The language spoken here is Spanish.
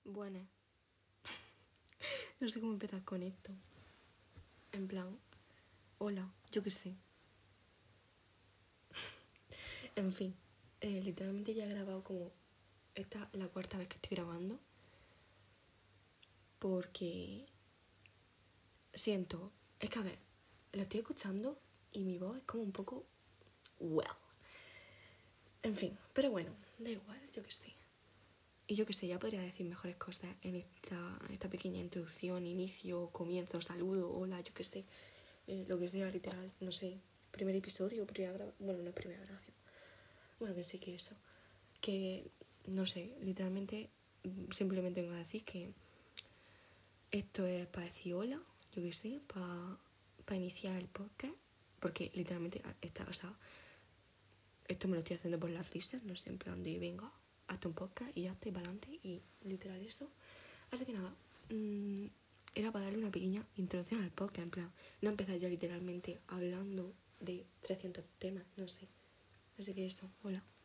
Bueno, no sé cómo empezar con esto. En plan, hola, yo qué sé. En fin, literalmente ya he grabado como... Esta es la cuarta vez que estoy grabando. Porque siento... Es que a ver, lo estoy escuchando y mi voz es como un poco... Well. En fin, pero bueno, da igual, yo qué sé. Y yo qué sé, ya podría decir mejores cosas en esta pequeña introducción, inicio, comienzo, saludo, hola, yo qué sé. Lo que sea, literal, no sé. Primer episodio, primera grabación. Bueno, no es primera grabación. Bueno, que sí que eso. Que, no sé, literalmente, simplemente vengo a decir que esto es para decir hola, yo qué sé, para iniciar el podcast. Porque literalmente, o sea, esto me lo estoy haciendo por las risas, no sé, en plan de venga, hazte un podcast y ya está, y para adelante, y literal eso. Así que nada, era para darle una pequeña introducción al podcast, en plan, no empezar ya literalmente hablando de 300 temas, no sé. Así que eso, hola.